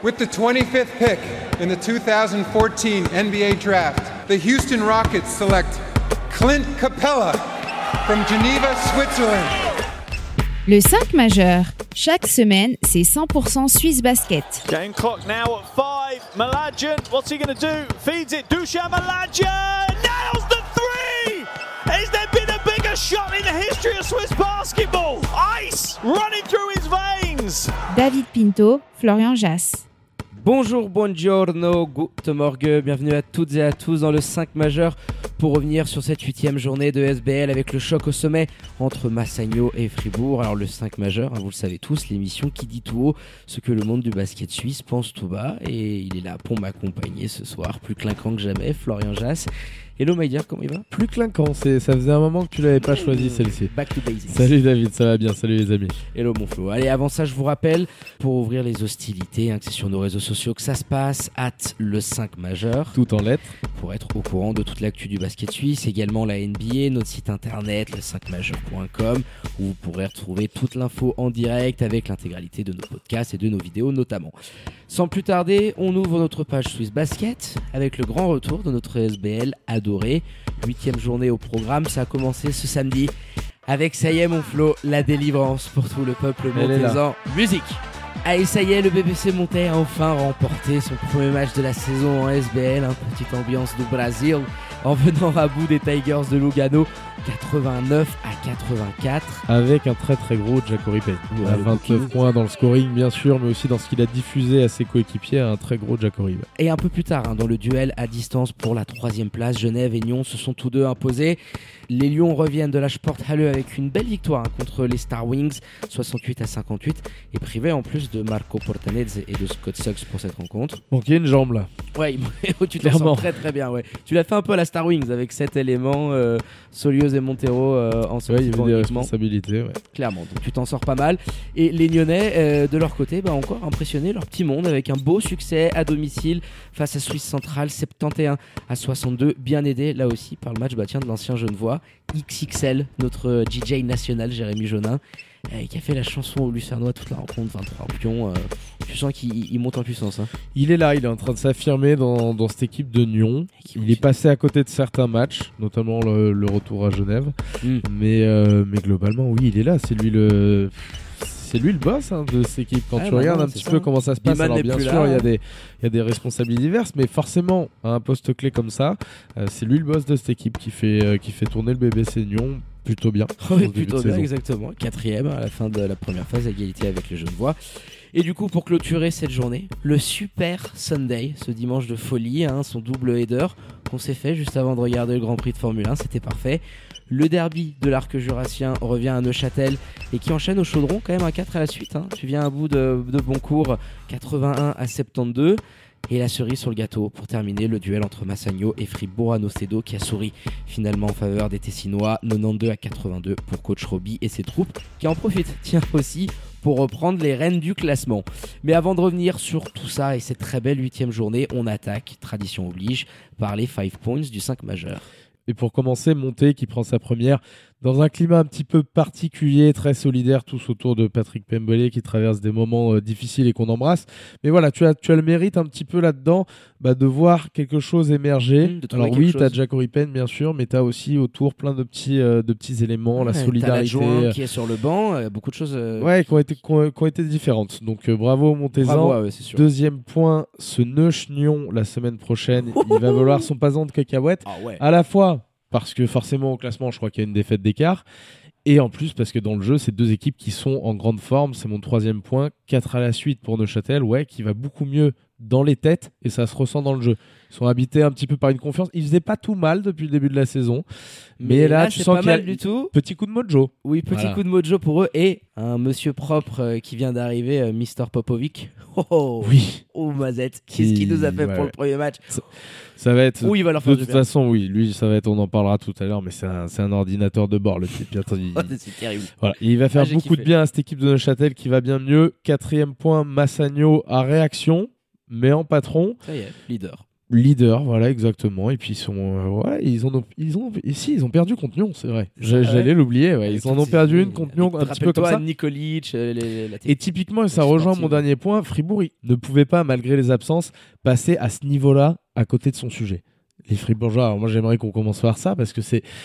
With the 25th pick in the 2014 NBA Draft, the Houston Rockets select Clint Capella from Geneva, Switzerland. Le 5 majeur. Chaque semaine, c'est 100% Suisse Basket. Game clock now at 5. Malajan, what's he going to do? Feeds it. Dusan Malajan nails the three! Has there been a bigger shot in the history of Swiss basketball? Ice running through his veins. David Pinto, Florian Jass. Bonjour, buongiorno, guten Morgen, bienvenue à toutes et à tous dans le 5 majeur pour revenir sur cette 8e journée de SBL avec le choc au sommet entre Massagno et Fribourg. Alors le 5 majeur, vous le savez tous, l'émission qui dit tout haut ce que le monde du basket suisse pense tout bas, et il est là pour m'accompagner ce soir, plus clinquant que jamais, Florian Jass. Hello Maïdir, comment il va? Plus clinquant, ça faisait un moment que tu l'avais pas choisi celle-ci. Back to basics. Salut David, ça va bien, salut les amis. Hello mon Flo. Allez, avant ça, je vous rappelle, pour ouvrir les hostilités, que c'est sur nos réseaux sociaux que ça se passe, le 5 majeur. Tout en lettres. Pour être au courant de toute l'actu du basket suisse, également la NBA, notre site internet, le5majeur.com, où vous pourrez retrouver toute l'info en direct avec l'intégralité de nos podcasts et de nos vidéos notamment. Sans plus tarder, on ouvre notre page Swiss Basket avec le grand retour de notre SBL adoré. 8e journée au programme, ça a commencé ce samedi avec, ça y est mon Flo, la délivrance pour tout le peuple montaisan. Musique. Allez, ça y est, le BBC Montais a enfin remporté son premier match de la saison en SBL, petite ambiance de Brésil, en venant à bout des Tigers de Lugano, 89 à 84. Avec un très très gros Jacori Payne. Ouais, à 29 points dans le scoring bien sûr, mais aussi dans ce qu'il a diffusé à ses coéquipiers, un très gros Jacori. Et un peu plus tard, dans le duel à distance pour la 3e place, Genève et Nyon se sont tous deux imposés. Les Lions reviennent de la Sporthalle avec une belle victoire contre les Star Wings, 68 à 58, et privés en plus de Marco Portanez et de Scott Suggs pour cette rencontre. Donc il y a une jambe là. Ouais, tu te sens très très bien. Ouais. Tu l'as fait un peu à la Star Wings avec 7 éléments, Solios et Montero en sortie. Ouais, il y avait des responsabilités. Ouais. Clairement, donc tu t'en sors pas mal. Et les Nyonnais, de leur côté, encore impressionné leur petit monde avec un beau succès à domicile face à Suisse Centrale, 71 à 62, bien aidé là aussi par le match de l'ancien Genevois. XXL, notre DJ national Jérémy Jonin, qui a fait la chanson au Lucernois toute la rencontre, 23 pions. Tu sens qu'il monte en puissance. Il est là, il est en train de s'affirmer dans cette équipe de Nyon. Il est passé à côté de certains matchs, notamment le retour à Genève. Mais globalement, oui, il est là. C'est lui le boss de cette équipe. Quand tu regardes un petit peu comment ça se passe, alors bien sûr, il y a des responsabilités diverses, mais forcément, à un poste clé comme ça, c'est lui le boss de cette équipe qui fait tourner le BBC Nyon plutôt bien. Oui, plutôt bien, exactement. 4e à la fin de la première phase, à égalité avec le Genevois. Et du coup, pour clôturer cette journée, le Super Sunday, ce dimanche de folie, son double header qu'on s'est fait juste avant de regarder le Grand Prix de Formule 1, c'était parfait. Le derby de l'arc jurassien revient à Neuchâtel et qui enchaîne au chaudron quand même un 4 à la suite. Tu viens à bout de Boncourt, 81 à 72. Et la cerise sur le gâteau pour terminer, le duel entre Massagno et Fribourg-Anocedo qui a souri finalement en faveur des Tessinois, 92 à 82 pour coach Roby et ses troupes qui en profitent aussi pour reprendre les rênes du classement. Mais avant de revenir sur tout ça et cette très belle 8e journée, on attaque, tradition oblige, par les 5 points du 5 majeur. Et pour commencer, Monté qui prend sa première dans un climat un petit peu particulier, très solidaire, tous autour de Patrick Pembolé qui traverse des moments difficiles et qu'on embrasse. Mais voilà, tu as le mérite un petit peu là-dedans de voir quelque chose émerger. Alors oui, tu as Jacori Payne bien sûr, mais tu as aussi autour plein de petits éléments, la solidarité. T'as l'adjoint qui est sur le banc, beaucoup de choses qui ont été différentes. Donc bravo Montaisan. C'est sûr. 2e point, ce Neuch-Nyon la semaine prochaine. Il va valoir son pesant de cacahuètes. À la fois parce que forcément au classement je crois qu'il y a une défaite d'écart, et en plus parce que dans le jeu c'est deux équipes qui sont en grande forme. C'est mon 3e point, 4 à la suite pour Neuchâtel, qui va beaucoup mieux dans les têtes et ça se ressent dans le jeu. Ils sont habités un petit peu par une confiance. Ils faisaient pas tout mal depuis le début de la saison, mais là tu sens qu'il y a du tout. Petit coup de mojo. Oui, coup de mojo pour eux, et un monsieur propre qui vient d'arriver, Mr Popovic. Oui. Mazette, qu'est-ce qu'il nous a fait pour le premier match? Ça va être. Oui, il va leur faire de toute façon, oui, lui, ça va être. On en parlera tout à l'heure, mais c'est un ordinateur de bord, le type. C'est terrible. Voilà. Et il va faire beaucoup de bien à cette équipe de Neuchâtel qui va bien mieux. 4e point, Massagno à réaction, mais en patron. Ça y est, leader. Leader, voilà, exactement. Et puis ils ont perdu contre Nyon, c'est vrai. J'allais l'oublier. Ouais. Ils en ont perdu une contre Nyon, un petit peu comme ça. Nikolic, et typiquement, ça rejoint mon dernier point. Fribourg ne pouvait pas, malgré les absences, passer à ce niveau-là à côté de son sujet. Les Fribourgeois. Alors moi, j'aimerais qu'on commence par ça parce que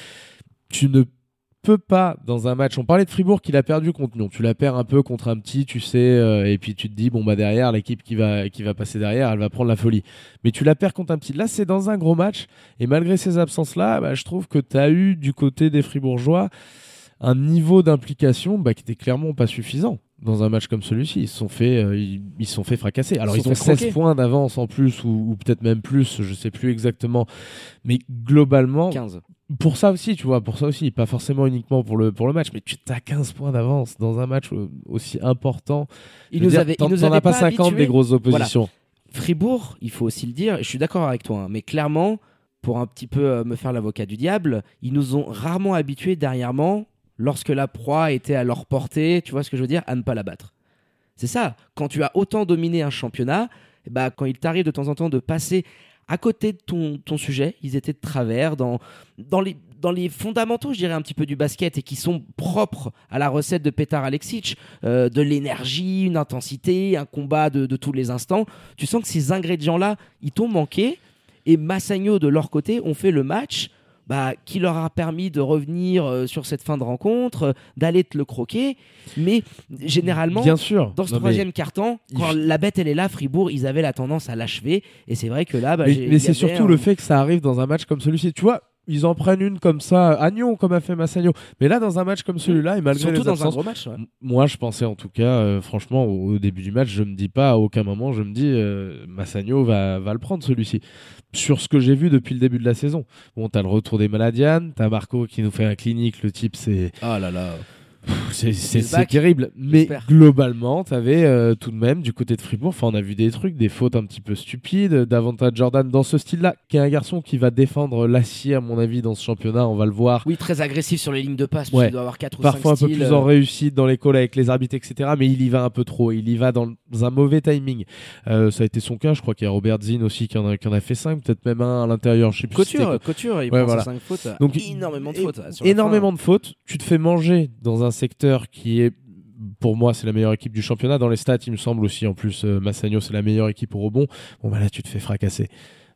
tu ne peux pas dans un match. On parlait de Fribourg qu'il a perdu contre Nyon. Tu la perds un peu contre un petit, tu sais, et puis tu te dis derrière l'équipe qui va passer derrière, elle va prendre la folie. Mais tu la perds contre un petit. Là, c'est dans un gros match et malgré ces absences-là, je trouve que tu as eu du côté des Fribourgeois un niveau d'implication qui était clairement pas suffisant. Dans un match comme celui-ci, ils se sont fait fracasser. Alors ils ont 16 points d'avance en plus ou peut-être même plus, je sais plus exactement. Mais globalement 15. Pour ça aussi, pas forcément uniquement pour le match, mais tu as 15 points d'avance dans un match aussi important. T'en as pas 50 des grosses oppositions. Voilà. Fribourg, il faut aussi le dire, je suis d'accord avec toi, mais clairement, pour un petit peu me faire l'avocat du diable, ils nous ont rarement habitués dernièrement, lorsque la proie était à leur portée, tu vois ce que je veux dire, à ne pas la battre. C'est ça, quand tu as autant dominé un championnat, quand il t'arrive de temps en temps de passer à côté de ton sujet, ils étaient de travers dans les fondamentaux, je dirais, un petit peu du basket et qui sont propres à la recette de Petar Aleksić, de l'énergie, une intensité, un combat de tous les instants. Tu sens que ces ingrédients-là, ils t'ont manqué et Massagno, de leur côté, ont fait le match qui leur a permis de revenir sur cette fin de rencontre, d'aller te le croquer. Mais généralement, bien sûr. Dans ce troisième quart-temps, quand la bête elle est là, Fribourg, ils avaient la tendance à l'achever. Et c'est vrai que là... mais c'est surtout le fait que ça arrive dans un match comme celui-ci. Tu vois, ils en prennent une comme ça à Nyon, comme a fait Massagno. Mais là, dans un match comme celui-là, et malgré surtout les absences, dans un gros match, ouais. Moi, je pensais en tout cas, franchement, au début du match, je me dis pas à aucun moment, je me dis Massagno va le prendre celui-ci. Sur ce que j'ai vu depuis le début de la saison. Bon, t'as le retour des Maladianes, t'as Marco qui nous fait un clinique, le type c'est... Oh là là. C'est terrible, mais globalement t'avais tout de même du côté de Fribourg, on a vu des trucs, des fautes un petit peu stupides, davantage Jordan dans ce style-là, qui est un garçon qui va défendre l'acier à mon avis dans ce championnat, on va le voir. Oui, très agressif sur les lignes de passe, ouais. Il doit avoir 4 ou 5 parfois un peu plus en réussite dans les calls avec les arbitres, etc. Mais il y va un peu trop, il y va dans un mauvais timing. Ça a été son cas, je crois qu'il y a Robert Zinn aussi qui en a fait 5, peut-être même un à l'intérieur, je sais plus. Couture, il prend 5 fautes. Donc énormément de fautes. Énormément de fautes, tu te fais manger dans un secteur qui est, pour moi, c'est la meilleure équipe du championnat. Dans les stats, il me semble aussi, en plus, Massagno, c'est la meilleure équipe au rebond. Bon, là, tu te fais fracasser.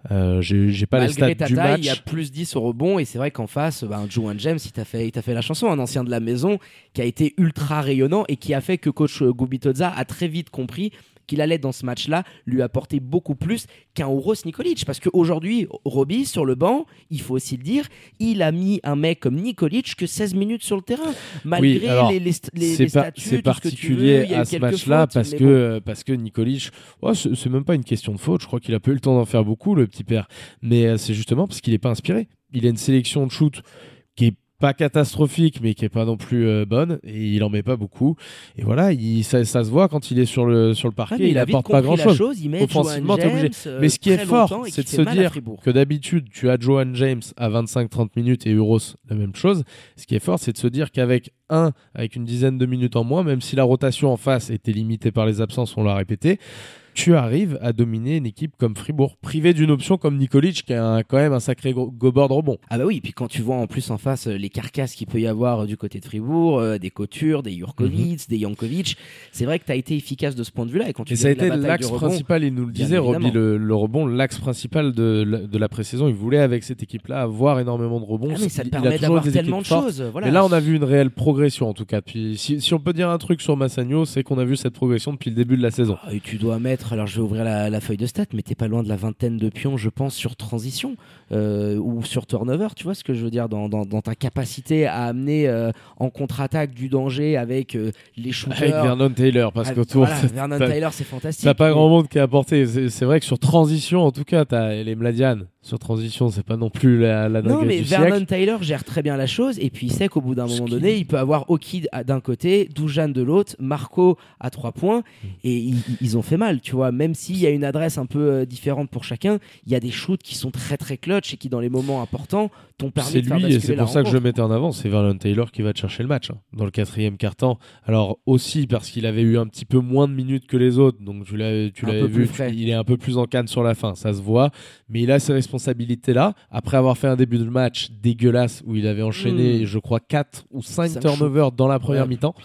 J'ai pas malgré les stats du taille, match. Il y a plus 10 au rebond, et c'est vrai qu'en face, Juwan James, il t'a fait la chanson, un ancien de la maison qui a été ultra rayonnant et qui a fait que coach Gubitoza a très vite compris qu'il allait dans ce match-là lui apporter beaucoup plus qu'un Uros Nikolic, parce qu'aujourd'hui Roby sur le banc, il faut aussi le dire, il a mis un mec comme Nikolic que 16 minutes sur le terrain, malgré les statuts, c'est particulier à ce match-là fautes, parce que Nikolic, c'est même pas une question de faute, je crois qu'il a pas eu le temps d'en faire beaucoup, le petit père, mais c'est justement parce qu'il est pas inspiré. Il a une sélection de shoot qui est pas catastrophique, mais qui est pas non plus bonne, et il en met pas beaucoup. Et voilà, ça se voit quand il est sur le parquet, il apporte pas grand chose. Offensivement, t'es obligé. Mais ce qui est fort, c'est de se dire que d'habitude, tu as Juwan James à 25-30 minutes et Uros la même chose. Ce qui est fort, c'est de se dire avec une dizaine de minutes en moins, même si la rotation en face était limitée par les absences, on l'a répété, tu arrives à dominer une équipe comme Fribourg, privé d'une option comme Nikolic qui a quand même un sacré go-board rebond. Ah bah oui, et puis quand tu vois en plus en face les carcasses qu'il peut y avoir du côté de Fribourg, des Couture, des Jurkovic, des Jankovic, c'est vrai que tu as été efficace de ce point de vue-là. Et ça a été l'axe principal, il nous le disait, Roby, le rebond, l'axe principal de la pré-saison. Il voulait avec cette équipe-là avoir énormément de rebonds. Mais ça te permet d'avoir tellement de choses. Voilà. Mais là, on a vu une réelle progression en tout cas. Puis, si on peut dire un truc sur Massagno, c'est qu'on a vu cette progression depuis le début de la saison. Et tu dois mettre, alors je vais ouvrir la feuille de stats, mais t'es pas loin de la vingtaine de pions, je pense, sur transition ou sur turnover, tu vois ce que je veux dire, dans ta capacité à amener en contre-attaque du danger avec les shooters. Avec Vernon Taylor, parce qu'autour, Vernon Taylor, c'est fantastique. T'as pas grand monde qui a apporté. C'est vrai que sur transition, en tout cas, t'as les Mladian. Sur transition, c'est pas non plus la non, mais du Vernon siècle. Taylor gère très bien la chose, et puis il sait qu'au bout d'un moment donné, il peut avoir Oki d'un côté, Dujan de l'autre, Marco à 3 points, et ils ont fait mal, tu tu vois, même s'il y a une adresse un peu différente pour chacun, il y a des shoots qui sont très très clutch et qui dans les moments importants t'ont permis de faire basculer la rencontre. C'est pour ça que je le mettais en avant, c'est Vernon Taylor qui va te chercher le match dans le 4e quart-temps. Alors aussi parce qu'il avait eu un petit peu moins de minutes que les autres, donc tu l'avais vu, il est un peu plus en canne sur la fin, ça se voit, mais il a ses responsabilités là, après avoir fait un début de match dégueulasse où il avait enchaîné je crois 4 ou 5 turnovers dans la première mi-temps.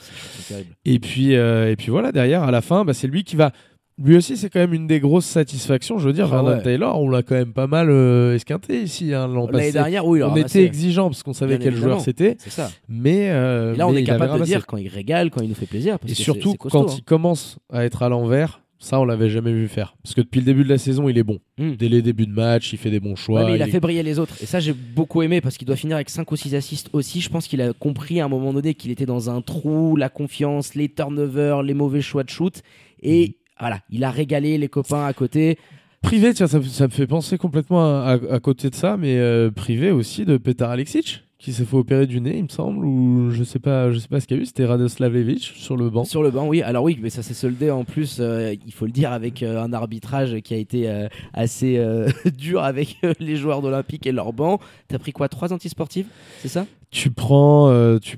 Et puis voilà, derrière à la fin, c'est lui qui va. Lui aussi, c'est quand même une des grosses satisfactions. Je veux dire, Vernon Taylor, on l'a quand même pas mal esquinté ici l'an passé. L'année dernière, oui. On était exigeant parce qu'on savait quel joueur c'était. C'est ça. Mais et là, on est capable de dire quand il régale, quand il nous fait plaisir. Parce et que surtout, c'est costaud, quand il commence à être à l'envers, ça, on l'avait jamais vu faire. Parce que depuis le début de la saison, il est bon. Dès les débuts de match, il fait des bons choix. Ouais, mais il a fait briller les autres. Et ça, j'ai beaucoup aimé parce qu'il doit finir avec 5 ou 6 assists aussi. Je pense qu'il a compris à un moment donné qu'il était dans un trou, la confiance, les turnovers, les mauvais choix de shoot. Et voilà, il a régalé les copains à côté. Privé, tiens, ça me fait penser complètement à côté de ça, mais privé aussi de Petar Aleksic, qui s'est fait opérer du nez, il me semble, ou je sais pas ce qu'il y a eu, c'était Radoslavljevic sur le banc. Sur le banc, oui. Alors oui, mais ça s'est soldé en plus, il faut le dire, avec un arbitrage qui a été assez dur avec les joueurs d'Olympique et leur banc. T'as pris quoi, 3 antisportifs, c'est ça ? Tu prends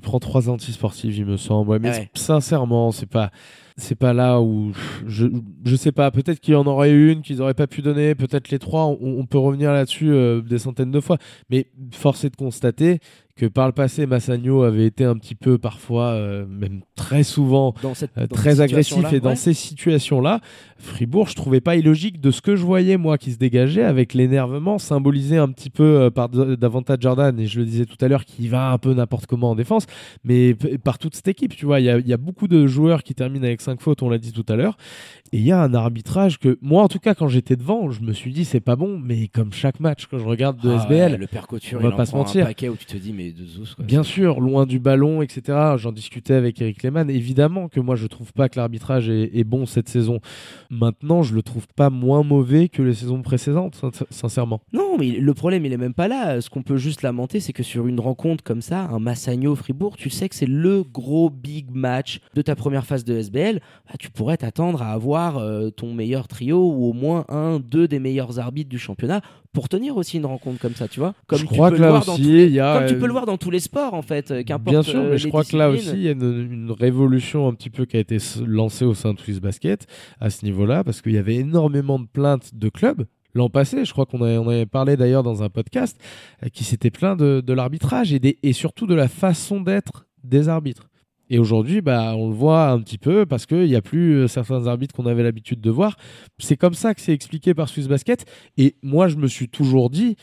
3 antisportifs, il me semble. Ouais, mais sincèrement, c'est pas là où je sais pas, peut-être qu'il y en aurait une qu'ils auraient pas pu donner, peut-être les 3, on peut revenir là-dessus des centaines de fois, mais force est de constater que par le passé Massagno avait été un petit peu parfois même très souvent très agressif, et dans ces situations-là Fribourg, je trouvais pas illogique de ce que je voyais moi qui se dégageait avec l'énervement symbolisé un petit peu par davantage Jordan, et je le disais tout à l'heure, qui va un peu n'importe comment en défense, mais par toute cette équipe, tu vois, il y a beaucoup de joueurs qui terminent avec 5 fautes, on l'a dit tout à l'heure, et il y a un arbitrage que moi en tout cas quand j'étais devant, je me suis dit c'est pas bon, mais comme chaque match quand je regarde de SBL, le père Couture, on va pas se mentir, un paquet où tu te dis mais de Zeus, quoi. Bien sûr, loin du ballon, etc. J'en discutais avec Eric Lehmann. Évidemment que moi je trouve pas que l'arbitrage est bon cette saison. Maintenant, je le trouve pas moins mauvais que les saisons précédentes, sincèrement. Non, mais le problème il est même pas là. Ce qu'on peut juste lamenter, c'est que sur une rencontre comme ça, un Massagno-Fribourg, tu sais que c'est le gros big match de ta première phase de SBL. Tu pourrais t'attendre à avoir ton meilleur trio ou au moins 2 des meilleurs arbitres du championnat pour tenir aussi une rencontre comme ça, tu vois. Comme je crois que là aussi, il y a... Comme tu peux le voir dans tous les sports, en fait, qu'importe. Bien sûr, mais je crois que là disciplines. aussi, il y a une révolution un petit peu qui a été lancée au sein de Swiss Basket à ce niveau-là, parce qu'il y avait énormément de plaintes de clubs. L'an passé, je crois qu'on avait parlé d'ailleurs dans un podcast, qui s'était plaint de l'arbitrage et surtout de la façon d'être des arbitres. Et aujourd'hui, on le voit un petit peu parce qu'il n'y a plus certains arbitres qu'on avait l'habitude de voir. C'est comme ça que c'est expliqué par Swiss Basket. Et moi, je me suis toujours dit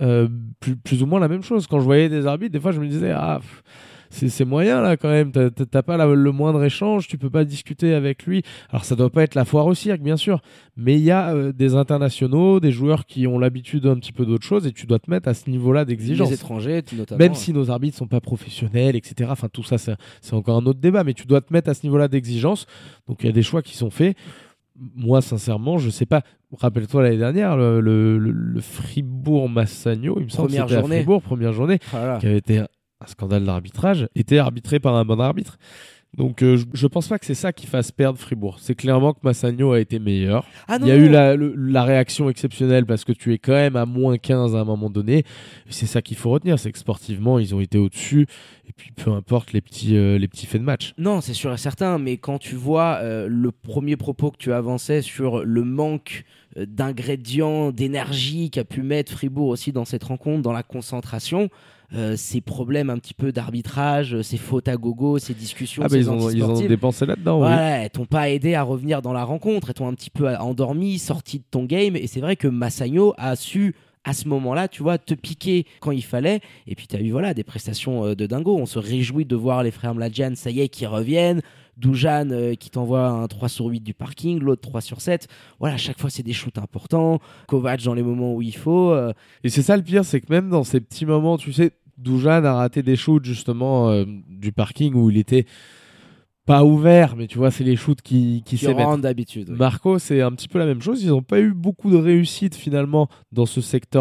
plus ou moins la même chose. Quand je voyais des arbitres, des fois, je me disais c'est moyen là quand même, t'as pas le moindre échange, tu peux pas discuter avec lui. Alors ça doit pas être la foire au cirque bien sûr, mais il y a des internationaux, des joueurs qui ont l'habitude un petit peu d'autre chose, et tu dois te mettre à ce niveau-là d'exigence. Les étrangers notamment. Même si nos arbitres sont pas professionnels, etc. Enfin tout ça c'est encore un autre débat, mais tu dois te mettre à ce niveau-là d'exigence. Donc il y a des choix qui sont faits. Moi sincèrement je sais pas, rappelle-toi l'année dernière le Fribourg-Massagno, il me semble que c'était à Fribourg, première journée, qui avait été un scandale d'arbitrage, était arbitré par un bon arbitre. Donc je pense pas que c'est ça qui fasse perdre Fribourg. C'est clairement que Massagno a été meilleur. Il y a eu la réaction exceptionnelle parce que tu es quand même à moins 15 à un moment donné. C'est ça qu'il faut retenir, c'est que sportivement ils ont été au-dessus, et puis peu importe les petits faits de match. Non, c'est sûr et certain, mais quand tu vois le premier propos que tu avançais sur le manque d'ingrédients, d'énergie qu'a pu mettre Fribourg aussi dans cette rencontre, dans la concentration, ces problèmes un petit peu d'arbitrage, ces fautes à gogo, ces discussions, ils ont dépensé là-dedans. Voilà, elles t'ont pas aidé à revenir dans la rencontre, elles t'ont un petit peu endormi, sorti de ton game, et c'est vrai que Massagno a su à ce moment-là, tu vois, te piquer quand il fallait, et puis tu as eu des prestations de dingo. On se réjouit de voir les frères Mladjan, ça y est, qui reviennent. Dujan qui t'envoie un 3 sur 8 du parking, l'autre 3 sur 7. Voilà, à chaque fois, c'est des shoots importants. Kovac dans les moments où il faut. Et c'est ça le pire, c'est que même dans ces petits moments, tu sais, Dujan a raté des shoots justement du parking où il était pas ouvert, mais tu vois, c'est les shoots qui rentrent d'habitude. Oui. Marco, c'est un petit peu la même chose. Ils n'ont pas eu beaucoup de réussite finalement dans ce secteur-là.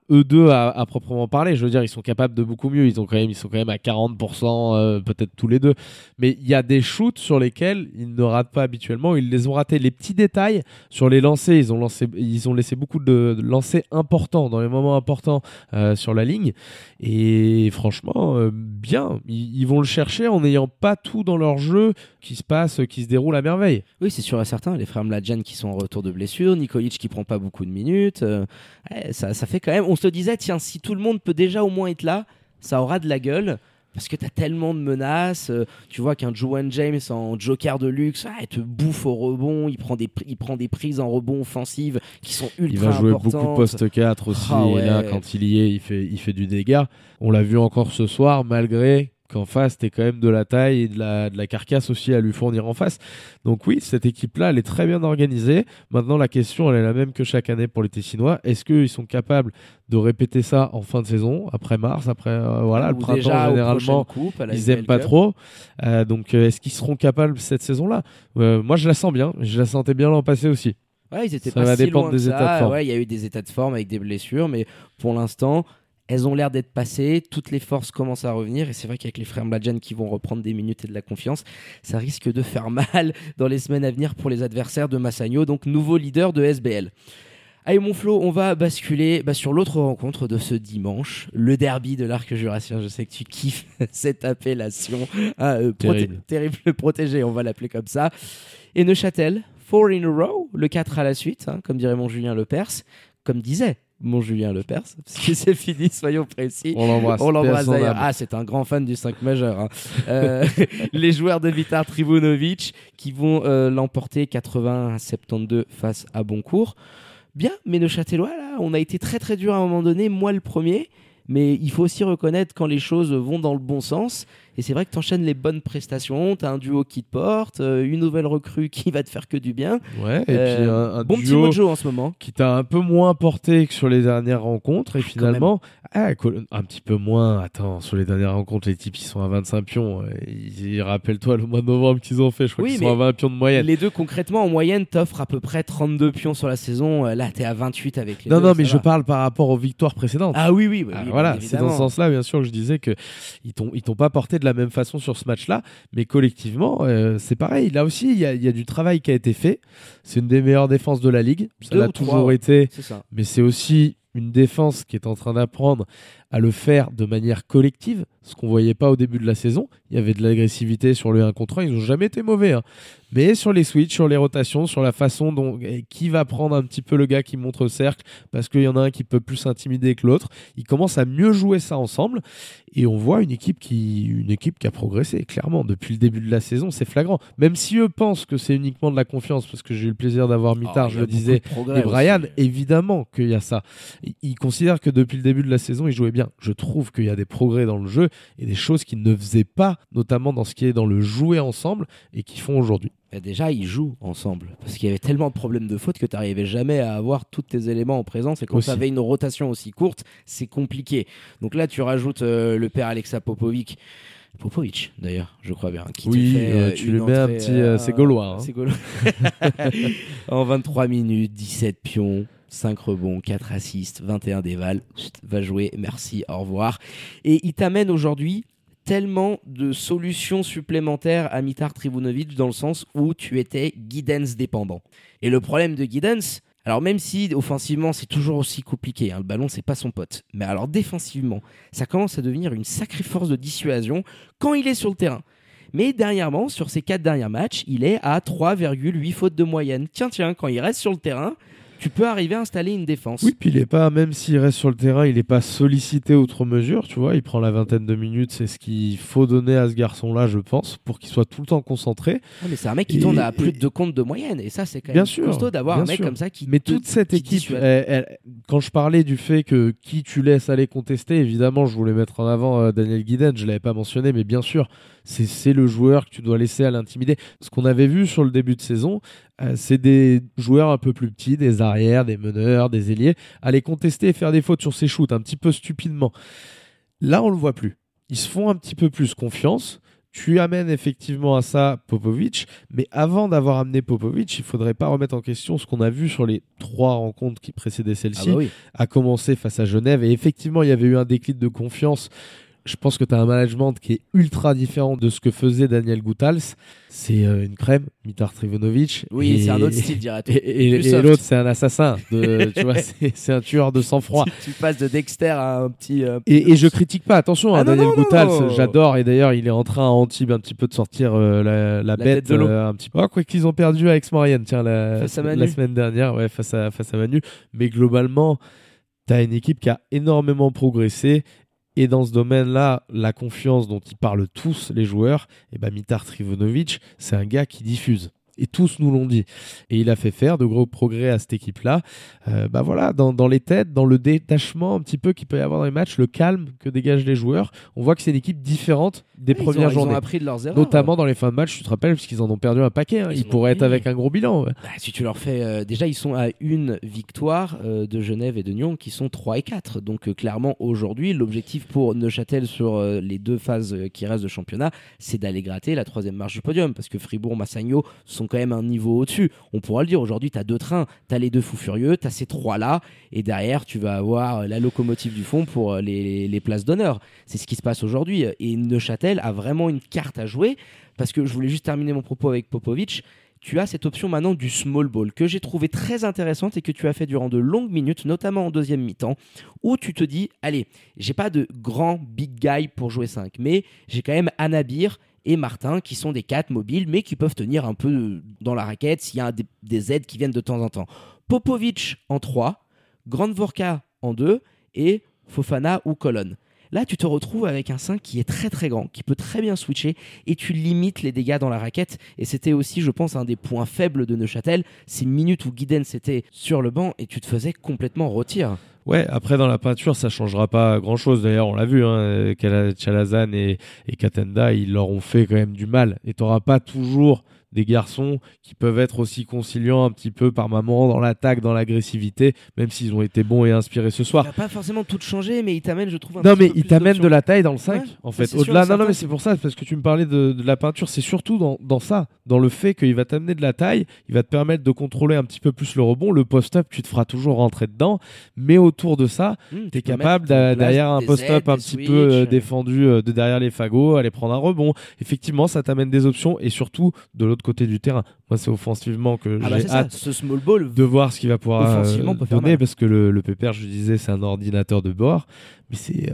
eux deux à proprement parler. Je veux dire, ils sont capables de beaucoup mieux. Ils sont quand même à 40%, peut-être tous les deux. Mais il y a des shoots sur lesquels ils ne ratent pas habituellement. Ils les ont ratés. Les petits détails sur les lancers, ils ont laissé beaucoup de lancers importants dans les moments importants sur la ligne. Et franchement, bien. Ils vont le chercher en n'ayant pas tout dans leur jeu qui se déroule à merveille. Oui, c'est sûr et certain. Les frères Mladjan qui sont en retour de blessure, Nikolic qui prend pas beaucoup de minutes. Ça fait quand même. On se disait, tiens, si tout le monde peut déjà au moins être là, ça aura de la gueule. Parce que tu as tellement de menaces. Tu vois qu'un Juwan James en joker de luxe, il te bouffe au rebond. Il prend des prises en rebond offensive qui sont ultra importantes. Il va jouer beaucoup poste 4 aussi. Et là, quand il y est, il fait du dégât. On l'a vu encore ce soir, malgré qu'en face, t'es quand même de la taille et de la carcasse aussi à lui fournir en face. Donc oui, cette équipe-là, elle est très bien organisée. Maintenant, la question, elle est la même que chaque année pour les Tessinois. Est-ce qu'ils sont capables de répéter ça en fin de saison, après mars, le printemps, généralement, ils n'aiment pas trop. Donc, est-ce qu'ils seront capables cette saison-là ? Moi, je la sens bien. Je la sentais bien l'an passé aussi. Ouais, ils étaient ça pas va si dépendre loin des de états ça. de forme. Ouais, il y a eu des états de forme avec des blessures, mais pour l'instant, elles ont l'air d'être passées. Toutes les forces commencent à revenir. Et c'est vrai qu'avec les frères Mladjan qui vont reprendre des minutes et de la confiance, ça risque de faire mal dans les semaines à venir pour les adversaires de Massagno, donc nouveau leader de SBL. Allez mon Flo, on va basculer sur l'autre rencontre de ce dimanche, le derby de l'Arc jurassien. Je sais que tu kiffes cette appellation. Terrible protégé, on va l'appeler comme ça. Et Neuchâtel, 4 in a row, le 4 à la suite, comme dirait mon Julien Lepers, comme disait mon Julien Lepers, parce que c'est fini, soyons précis. On l'embrasse d'ailleurs. Ah, c'est un grand fan du 5 majeur. Les joueurs de Vitar Trivunovic qui vont l'emporter 80-72 face à Boncourt. Bien, mais Neuchâtelois, là, on a été très très dur à un moment donné, moi le premier, mais il faut aussi reconnaître quand les choses vont dans le bon sens. Et c'est vrai que tu enchaînes les bonnes prestations, tu as un duo qui te porte, une nouvelle recrue qui va te faire que du bien. Ouais, et puis un bon duo petit mojo en ce moment. Qui t'a un peu moins porté que sur les dernières rencontres. Et finalement, un petit peu moins. Attends, sur les dernières rencontres, les types ils sont à 25 pions. Rappelle-toi le mois de novembre qu'ils ont fait, je crois qu'ils sont à 20 pions de moyenne. Les deux, concrètement, en moyenne, t'offrent à peu près 32 pions sur la saison. Là, t'es à 28 avec les deux. Non, mais je parle par rapport aux victoires précédentes. Ah oui. Voilà, c'est dans ce sens-là, bien sûr, que je disais qu'ils t'ont pas porté de la même façon sur ce match-là, mais collectivement, c'est pareil. Là aussi, il y a du travail qui a été fait. C'est une des meilleures défenses de la Ligue. Ça l'a toujours été, mais c'est aussi une défense qui est en train d'apprendre à le faire de manière collective, ce qu'on voyait pas au début de la saison. Il y avait de l'agressivité sur le 1 contre 1, ils n'ont jamais été mauvais. Mais sur les switches, sur les rotations, sur la façon dont qui va prendre un petit peu le gars qui montre le cercle, parce qu'il y en a un qui peut plus s'intimider que l'autre, ils commencent à mieux jouer ça ensemble, et on voit une équipe qui a progressé, clairement, depuis le début de la saison, c'est flagrant. Même si eux pensent que c'est uniquement de la confiance, parce que j'ai eu le plaisir d'avoir Mitard, je le disais, et Brian, évidemment qu'il y a ça. Ils considèrent que depuis le début de la saison, ils jouaient bien. Je trouve qu'il y a des progrès dans le jeu et des choses qu'ils ne faisaient pas, notamment dans ce qui est dans le jouer ensemble et qu'ils font aujourd'hui. Déjà, ils jouent ensemble parce qu'il y avait tellement de problèmes de faute que tu n'arrivais jamais à avoir tous tes éléments en présence. Et quand tu avais une rotation aussi courte, c'est compliqué. Donc là, tu rajoutes le père Alexa Popovic d'ailleurs, je crois bien. Qui oui, te fait, tu le mets un petit. C'est gaulois. C'est gaulois. En 23 minutes, 17 pions. 5 rebonds, 4 assists, 21 dévals, va jouer, merci, au revoir. Et il t'amène aujourd'hui tellement de solutions supplémentaires à Mitar Trivunovic dans le sens où tu étais Giddens dépendant. Et le problème de Giddens, alors même si offensivement c'est toujours aussi compliqué, le ballon c'est pas son pote, mais alors défensivement, ça commence à devenir une sacrée force de dissuasion quand il est sur le terrain. Mais dernièrement, sur ces 4 derniers matchs, il est à 3,8 fautes de moyenne. Tiens, quand il reste sur le terrain, tu peux arriver à installer une défense. Oui, puis il est pas, même s'il reste sur le terrain, il n'est pas sollicité outre mesure, tu vois, il prend la vingtaine de minutes, c'est ce qu'il faut donner à ce garçon-là, je pense, pour qu'il soit tout le temps concentré. Ouais, mais c'est un mec qui tourne à plus de 2 comptes de moyenne, et ça, c'est quand même costaud d'avoir un mec comme ça qui. Mais toute cette équipe, quand je parlais du fait que qui tu laisses aller contester, évidemment, je voulais mettre en avant Daniel Giddens, je l'avais pas mentionné, mais bien sûr, c'est le joueur que tu dois laisser à l'intimider. Ce qu'on avait vu sur le début de saison, c'est des joueurs un peu plus petits, des arrières, des meneurs, des ailiers, aller contester et faire des fautes sur ses shoots un petit peu stupidement. Là, on le voit plus. Ils se font un petit peu plus confiance, Tu amènes effectivement à ça Popovic, mais avant d'avoir amené Popovic, il ne faudrait pas remettre en question ce qu'on a vu sur les 3 rencontres qui précédaient celle-ci, à commencer face à Genève. Et effectivement, il y avait eu un déclic de confiance. Je pense que tu as un management qui est ultra différent de ce que faisait Daniel Guttals. C'est une crème, Mitar Trivunovic. Oui, c'est un autre style, dirais-tu. Et l'autre, c'est un assassin. Tu vois, c'est un tueur de sang-froid. Tu passes de Dexter à un petit... Et je critique pas, attention, Daniel Guttals, j'adore. Et d'ailleurs, il est en train à Antibes un petit peu de sortir la bête de l'eau. un petit peu. Quoi qu'ils ont perdu à Aix-Maurienne, tiens, la semaine dernière, face à Manu. Mais globalement, tu as une équipe qui a énormément progressé. Et dans ce domaine-là, la confiance dont ils parlent tous les joueurs, Mitar Trivunovic, c'est un gars qui diffuse. Et tous nous l'ont dit. Et il a fait faire de gros progrès à cette équipe-là. Voilà, dans les têtes, dans le détachement un petit peu qu'il peut y avoir dans les matchs, le calme que dégagent les joueurs. On voit que c'est une équipe différente des premières journées. Ils ont appris de leurs erreurs. Notamment dans les fins de match, tu te rappelles, parce qu'ils en ont perdu un paquet. Ils pourraient être avec un gros bilan. Ouais. Si tu leur fais... déjà, ils sont à une victoire de Genève et de Nyon, qui sont 3 et 4. Donc clairement, aujourd'hui, l'objectif pour Neuchâtel sur les 2 phases qui restent de championnat, c'est d'aller gratter la 3e marche du podium. Parce que Fribourg, Massagno sont quand même un niveau au-dessus. On pourra le dire, aujourd'hui, tu as 2 trains. Tu as les 2 fous furieux, tu as ces 3-là. Et derrière, tu vas avoir la locomotive du fond pour les places d'honneur. C'est ce qui se passe aujourd'hui. Et Neuchâtel a vraiment une carte à jouer, parce que je voulais juste terminer mon propos avec Popovic. Tu as cette option maintenant du small ball que j'ai trouvé très intéressante et que tu as fait durant de longues minutes, notamment en deuxième mi-temps, où tu te dis, allez, j'ai pas de grand big guy pour jouer 5, mais j'ai quand même Anabir et Martin qui sont des 4 mobiles, mais qui peuvent tenir un peu dans la raquette s'il y a des aides qui viennent de temps en temps. Popovic en 3, Grandvorka en 2 et Fofana ou Colonne. Là, tu te retrouves avec un 5 qui est très très grand, qui peut très bien switcher, et tu limites les dégâts dans la raquette. Et c'était aussi, je pense, un des points faibles de Neuchâtel, ces minutes où Giddens était sur le banc et tu te faisais complètement rôtir. Ouais, après dans la peinture, ça changera pas grand-chose. D'ailleurs, on l'a vu, Chalazan et Katenda, ils leur ont fait quand même du mal. Et tu n'auras pas toujours des garçons qui peuvent être aussi conciliants un petit peu par moment dans l'attaque, dans l'agressivité, même s'ils ont été bons et inspirés ce soir. Il n'a pas forcément tout changé, mais il t'amène, je trouve, un petit peu plus il t'amène d'options. de la taille dans le 5, en fait. Au-delà, sûr, mais c'est pour ça, parce que tu me parlais de la peinture, c'est surtout dans ça, dans le fait qu'il va t'amener de la taille, il va te permettre de contrôler un petit peu plus le rebond, le post-up, tu te feras toujours rentrer dedans, mais autour de ça, tu es capable, derrière un post-up un petit peu défendu de derrière les fagots, aller prendre un rebond. Effectivement, ça t'amène des options, et surtout, de l'autre côté du terrain. Moi, c'est offensivement que j'ai hâte ce small ball de voir ce qu'il va pouvoir donner, parce que le Pépère, je disais, c'est un ordinateur de bord, mais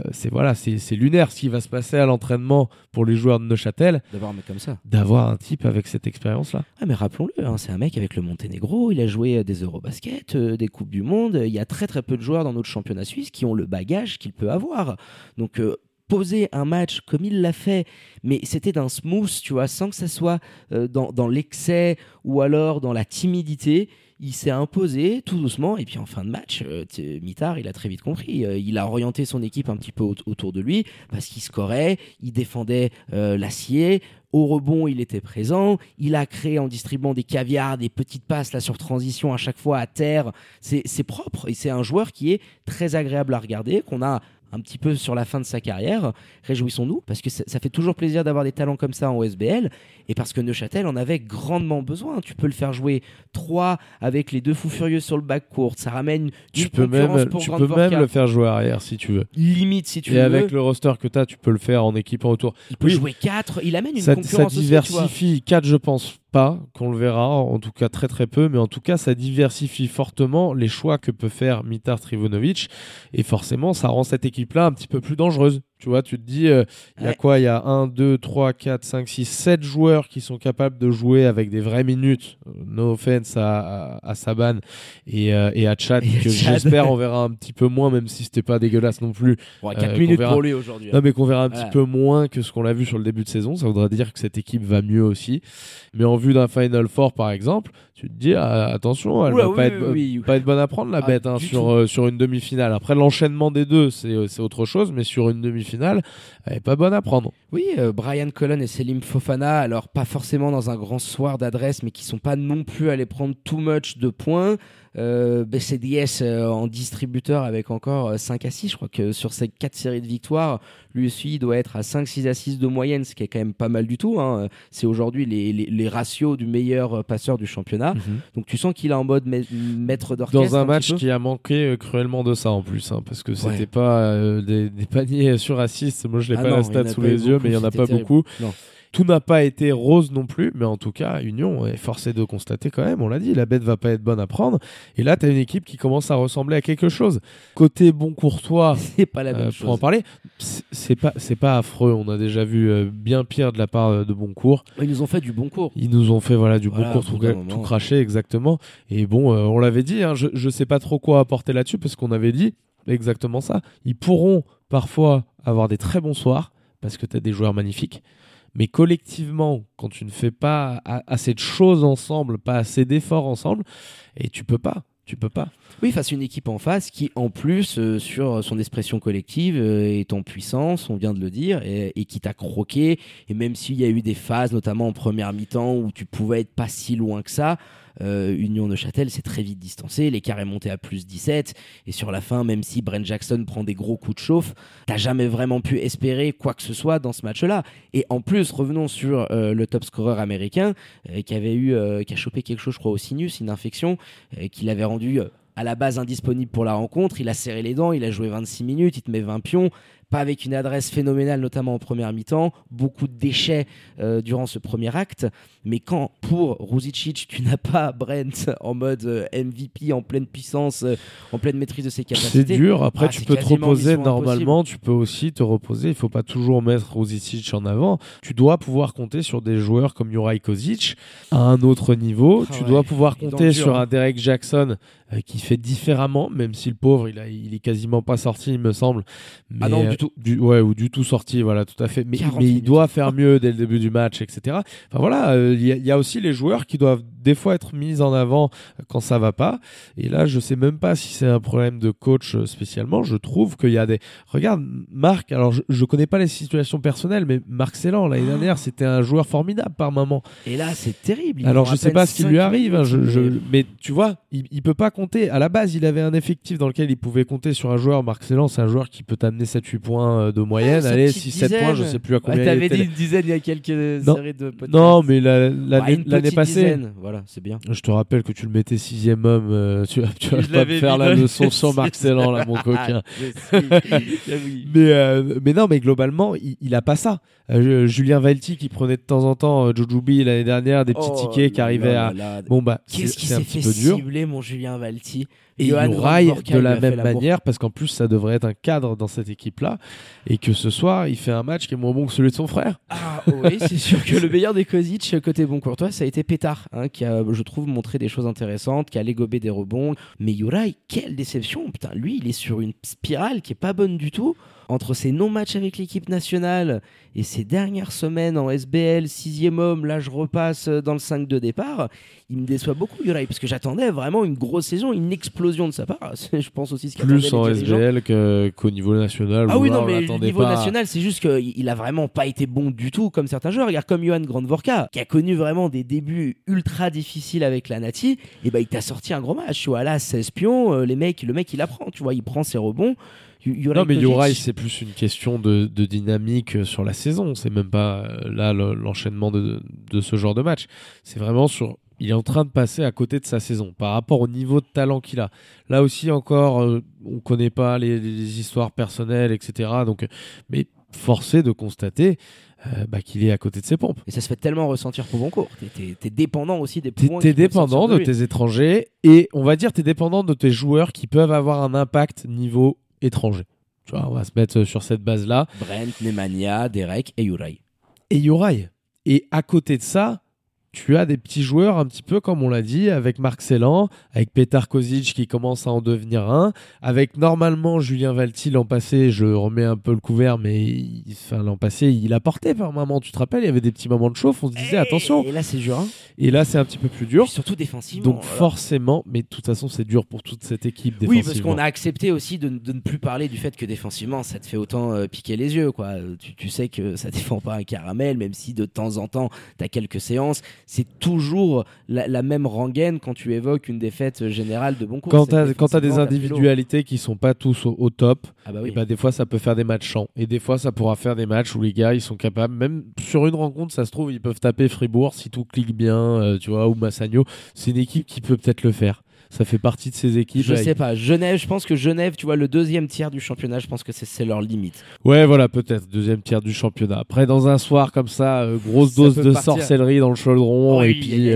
c'est lunaire ce qui va se passer à l'entraînement pour les joueurs de Neuchâtel, d'avoir un mec comme ça, d'avoir un type avec cette expérience-là. Ah, mais rappelons-le, c'est un mec avec le Monténégro, il a joué des Eurobasket, des Coupes du Monde, il y a très très peu de joueurs dans notre championnat suisse qui ont le bagage qu'il peut avoir. Donc poser un match comme il l'a fait, mais c'était d'un smooth, tu vois, sans que ça soit dans l'excès ou alors dans la timidité. Il s'est imposé tout doucement, et puis en fin de match, Mitar, il a très vite compris. Il a orienté son équipe un petit peu autour de lui, parce qu'il scorait, il défendait l'acier. Au rebond, il était présent. Il a créé en distribuant des caviars, des petites passes là sur transition à chaque fois à terre. C'est propre, et c'est un joueur qui est très agréable à regarder, qu'on a un petit peu sur la fin de sa carrière. Réjouissons-nous, parce que ça fait toujours plaisir d'avoir des talents comme ça en OSBL, et parce que Neuchâtel en avait grandement besoin. Tu peux le faire jouer 3 avec les 2 fous furieux sur le backcourt, ça ramène une concurrence pour tu peux même le faire jouer arrière si tu veux. Limite si tu veux. Et avec le roster que tu as, tu peux le faire en équipant autour. Il peut jouer 4, il amène une concurrence ça aussi, diversifie. 4, je pense pas qu'on le verra, en tout cas très très peu, mais en tout cas ça diversifie fortement les choix que peut faire Mitar Trivunovic, et forcément ça rend cette équipe-là un petit peu plus dangereuse. Tu vois, tu te dis, il y a quoi ? Il y a 1, 2, 3, 4, 5, 6, 7 joueurs qui sont capables de jouer avec des vraies minutes. No offense à Saban et à Chad, que j'espère on verra un petit peu moins, même si c'était pas dégueulasse non plus. 4 minutes pour lui aujourd'hui. Non, mais qu'on verra un petit peu moins que ce qu'on a vu sur le début de saison. Ça voudrait dire que cette équipe va mieux aussi. Mais en vue d'un Final Four, par exemple, tu te dis, attention, elle va pas être bonne à prendre, la bête, sur une demi-finale. Après, l'enchaînement des deux, c'est autre chose, mais sur une demi-finale, elle est pas bonne à prendre. Oui, Brian Colon et Selim Fofana, alors pas forcément dans un grand soir d'adresse, mais qui sont pas non plus allés prendre too much de points. CDS en distributeur avec encore 5 assists. Je crois que sur ces 4 séries de victoires, lui aussi il doit être à 5-6 assists de moyenne, ce qui est quand même pas mal du tout, hein. C'est aujourd'hui les ratios du meilleur passeur du championnat. Donc tu sens qu'il est en mode maître d'orchestre. Dans un match qui a manqué cruellement de ça en plus, hein, parce que c'était pas des paniers sur assists. Moi je l'ai pas la stat sous les yeux, mais il y en a pas beaucoup. Non. Tout n'a pas été rose non plus, mais en tout cas, Union est forcé de constater quand même, on l'a dit, la bête va pas être bonne à prendre. Et là, tu as une équipe qui commence à ressembler à quelque chose. Côté Boncourtois, c'est pas la même chose. Pour en parler, c'est pas affreux. On a déjà vu bien pire de la part de Boncourt. Ils nous ont fait du Boncourt. Ils nous ont fait du Boncourt tout craché, exactement. Et bon, on l'avait dit, hein, je sais pas trop quoi apporter là-dessus, parce qu'on avait dit exactement ça. Ils pourront parfois avoir des très bons soirs, parce que tu as des joueurs magnifiques. Mais collectivement, quand tu ne fais pas assez de choses ensemble, pas assez d'efforts ensemble, et tu peux pas. Oui, face à une équipe en face qui, en plus, sur son expression collective, est en puissance, on vient de le dire, et qui t'a croqué. Et même s'il y a eu des phases, notamment en première mi-temps, où tu pouvais être pas si loin que ça, Union Neuchâtel s'est très vite distancé, l'écart est monté à plus 17, et sur la fin, même si Brent Jackson prend des gros coups de chauffe, t'as jamais vraiment pu espérer quoi que ce soit dans ce match-là. Et en plus, revenons sur le top scorer américain qui a chopé quelque chose, je crois, au sinus, une infection, qui l'avait rendu à la base indisponible pour la rencontre. Il a serré les dents, il a joué 26 minutes, il te met 20 pions, pas avec une adresse phénoménale, notamment en première mi-temps, beaucoup de déchets durant ce premier acte. Mais quand, pour Ruzicic, tu n'as pas Brent en mode MVP, en pleine puissance, en pleine maîtrise de ses capacités... C'est dur. Après, tu peux te reposer normalement, tu peux aussi te reposer. Il ne faut pas toujours mettre Ruzicic en avant. Tu dois pouvoir compter sur des joueurs comme Juraj Kozic à un autre niveau. Tu dois pouvoir compter sur un Derek Jackson qui fait différemment, même si le pauvre, il est quasiment pas sorti, il me semble. Mais, non, du tout. Ou du tout sorti, voilà, tout à fait. Mais il doit faire mieux dès le début du match, etc. Enfin voilà, il y a aussi les joueurs qui doivent des fois être mis en avant quand ça va pas. Et là, je sais même pas si c'est un problème de coach spécialement. Je trouve qu'il y a des... Regarde, Marc, alors je connais pas les situations personnelles, mais Marc Ceylan, l'année dernière, c'était un joueur formidable par moment. Et là, c'est terrible. Alors, je sais pas ce qui lui arrive, hein, mais tu vois, il peut pas compter. À la base, il avait un effectif dans lequel il pouvait compter sur un joueur. Marc Ceylan, c'est un joueur qui peut t'amener 7-8 points de moyenne. Allez, 6-7 points, je sais plus à combien il était. T'avais dit une dizaine il y a quelques séries de podcasts. Non, mais l'année passée... Dizaine. Voilà, c'est bien. Je te rappelle que tu le mettais 6e homme. Tu vas pas me faire la leçon sur Marc Ceylan, là, mon coquin. Mais non, mais globalement, il a pas ça. Julien Valti qui prenait de temps en temps Jujubee l'année dernière, des petits tickets qui arrivaient à... Bon, bah, qu'est-ce qui c'est s'est un petit fait peu dur. cibler, mon Julien Valti? Et Juraj de la même manière, parce qu'en plus ça devrait être un cadre dans cette équipe-là, et que ce soir il fait un match qui est moins bon que celui de son frère. Ah oui, c'est sûr que le meilleur des Kozic côté Boncourtois, ça a été Pétard, hein, qui a, je trouve, montré des choses intéressantes, qui a légobé des rebonds. Mais Juraj, quelle déception! Putain, lui, il est sur une spirale qui est pas bonne du tout. Entre ses non-matchs avec l'équipe nationale et ses dernières semaines en SBL, 6e homme, là je repasse dans le 5 de départ, il me déçoit beaucoup Juraj, parce que j'attendais vraiment une grosse saison, une explosion de sa part. Je pense aussi ce plus en SBL qu'au niveau national. Ah oui, non, mais au niveau national, c'est juste qu'il a vraiment pas été bon du tout comme certains joueurs. Regarde, comme Johan Grandvorka, qui a connu vraiment des débuts ultra difficiles avec la Nati, et ben il t'a sorti un gros match. Tu vois, là, 16 pions, le mec il apprend, tu vois, il prend ses rebonds. Non, mais Juraj, c'est plus une question de dynamique sur la saison. C'est même pas là l'enchaînement de ce genre de match. C'est vraiment sur... Il est en train de passer à côté de sa saison par rapport au niveau de talent qu'il a. Là aussi encore, on connaît pas les histoires personnelles, etc. Donc, mais forcé de constater qu'il est à côté de ses pompes. Et ça se fait tellement ressentir pour Boncourt. T'es dépendant aussi des points. T'es dépendant de tes étrangers, et on va dire t'es dépendant de tes joueurs qui peuvent avoir un impact niveau étranger. Tu vois, on va se mettre sur cette base-là. Brent, Nemanja, Derek et Juraj. Et à côté de ça, tu as des petits joueurs un petit peu comme on l'a dit, avec Marc Ceylan, avec Pétard Kozic qui commence à en devenir un, avec normalement Julien Valti l'an passé, je remets un peu le couvert, mais l'an passé il apportait par moment, tu te rappelles, il y avait des petits moments de chauffe, on se disait attention. Et là c'est dur. Hein. Et là c'est un petit peu plus dur. Et surtout défensivement. Donc forcément, mais de toute façon c'est dur pour toute cette équipe défensivement. Oui, parce qu'on a accepté aussi de ne plus parler du fait que défensivement ça te fait autant piquer les yeux, quoi. Tu sais que ça défend pas un caramel, même si de temps en temps t'as quelques séances. c'est toujours la même rengaine quand tu évoques une défaite générale de Boncourt. Quand tu as des individualités qui sont pas tous au top, et bah, des fois ça peut faire des matchs chants. Et des fois ça pourra faire des matchs où les gars ils sont capables, même sur une rencontre, ça se trouve, ils peuvent taper Fribourg si tout clique bien, tu vois, ou Massagno. C'est une équipe qui peut peut-être le faire. Ça fait partie de ces équipes. Je sais pas. Genève, je pense que Genève, tu vois, le deuxième tiers du championnat, je pense que c'est leur limite. Ouais, voilà, peut-être. Deuxième tiers du championnat. Après, dans un soir comme ça, grosse dose de sorcellerie dans le chaudron, et puis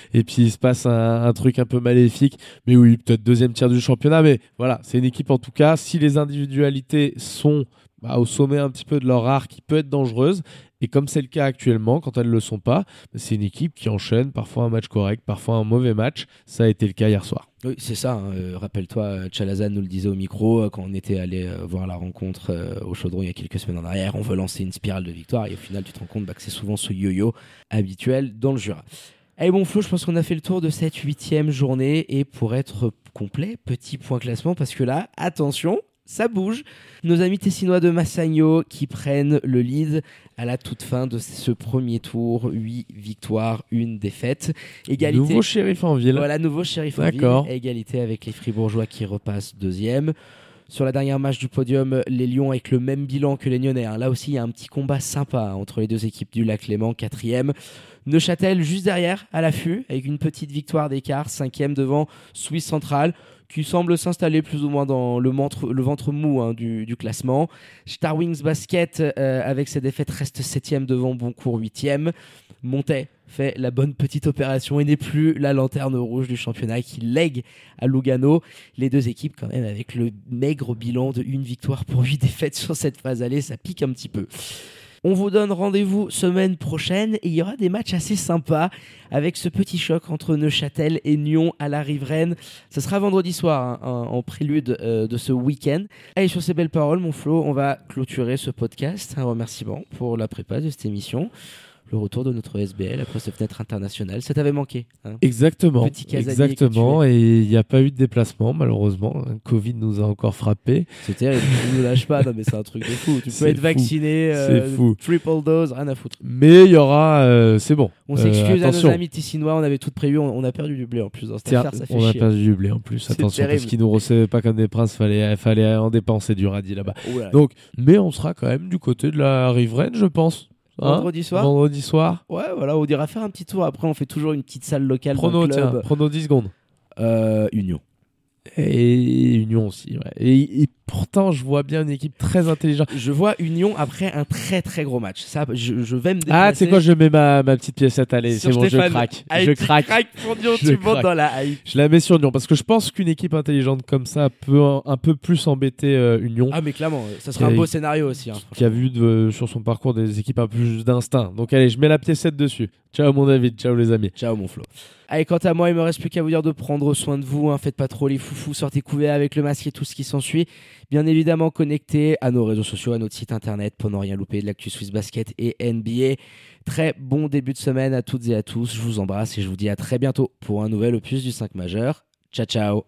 il se passe un truc un peu maléfique. Mais oui, peut-être deuxième tiers du championnat. Mais voilà, c'est une équipe en tout cas. Si les individualités sont au sommet un petit peu de leur art, qui peut être dangereuse. Et comme c'est le cas actuellement, quand elles ne le sont pas, c'est une équipe qui enchaîne parfois un match correct, parfois un mauvais match. Ça a été le cas hier soir. Oui, c'est ça. Rappelle-toi, Chalazan nous le disait au micro quand on était allé voir la rencontre au Chaudron il y a quelques semaines en arrière. On veut lancer une spirale de victoire et au final, tu te rends compte que c'est souvent ce yo-yo habituel dans le Jura. Allez, bon Flo, je pense qu'on a fait le tour de cette 8e journée. Et pour être complet, petit point classement, parce que là, attention, ça bouge. Nos amis tessinois de Massagno qui prennent le lead à la toute fin de ce premier tour. 8 victoires, 1 défaite. Égalité. Nouveau shérif en ville. Voilà, nouveau shérif en ville. Égalité avec les Fribourgeois qui repassent 2e. Sur la dernière match du podium, les Lions avec le même bilan que les Nyonnais. Là aussi, il y a un petit combat sympa entre les deux équipes du Lac-Léman, 4e. Neuchâtel juste derrière, à l'affût, avec une petite victoire d'écart, 5e devant Suisse Centrale, qui semble s'installer plus ou moins dans le ventre mou du classement. Star Wings Basket, avec ses défaites, reste 7e devant Boncourt, 8e. Montet fait la bonne petite opération et n'est plus la lanterne rouge du championnat qui lègue à Lugano. Les deux équipes quand même avec le maigre bilan de 1 victoire pour 8 défaites sur cette phase allée, ça pique un petit peu. On vous donne rendez-vous semaine prochaine et il y aura des matchs assez sympas avec ce petit choc entre Neuchâtel et Nyon à la riveraine. Ce sera vendredi soir en prélude de ce week-end. Allez, sur ces belles paroles, mon Flo, on va clôturer ce podcast. Un remerciement pour la prépa de cette émission. Le retour de notre SBL après cette fenêtre internationale. Ça t'avait manqué, hein ? Exactement. Et il n'y a pas eu de déplacement, malheureusement. Le Covid nous a encore frappés. C'est terrible. Tu ne lâches pas. Non, mais c'est un truc de fou. Tu peux être vacciné, triple dose, rien à foutre. Mais il y aura. C'est bon. On s'excuse à nos amis tessinois. On avait tout prévu. On a perdu du blé en plus. Dans cette affaire, ça fait chier. On a perdu du blé en plus. Attention, parce qu'ils ne nous recevaient pas comme des princes. Fallait en dépenser du radis là-bas. Donc, mais on sera quand même du côté de la riveraine, je pense. Vendredi soir. Ouais, voilà, on ira faire un petit tour. Après, on fait toujours une petite salle locale dans le club. Prono 10 secondes. Union. Et Union aussi, ouais. Et pourtant, je vois bien une équipe très intelligente. Je vois Union après un très très gros match. Ça, je vais me déplacer. Tu sais quoi, je mets ma petite piécette. Allez, c'est bon, je craque. Allez, je craque pour Nyon, tu montes dans la hype. Je la mets sur Nyon parce que je pense qu'une équipe intelligente comme ça peut un peu plus embêter Union. Ah, mais clairement, ça serait un beau scénario aussi. Qui a vu sur son parcours des équipes un peu plus d'instinct. Donc, allez, je mets la piécette dessus. Ciao, mon David. Ciao, les amis. Ciao, mon Flo. Allez, quant à moi, il me reste plus qu'à vous dire de prendre soin de vous. Faites pas trop les foufous, sortez couverts avec le masque et tout ce qui s'ensuit. Bien évidemment, connectez à nos réseaux sociaux, à notre site internet pour ne rien louper de l'actu Swiss Basket et NBA. Très bon début de semaine à toutes et à tous. Je vous embrasse et je vous dis à très bientôt pour un nouvel opus du 5 majeur. Ciao, ciao.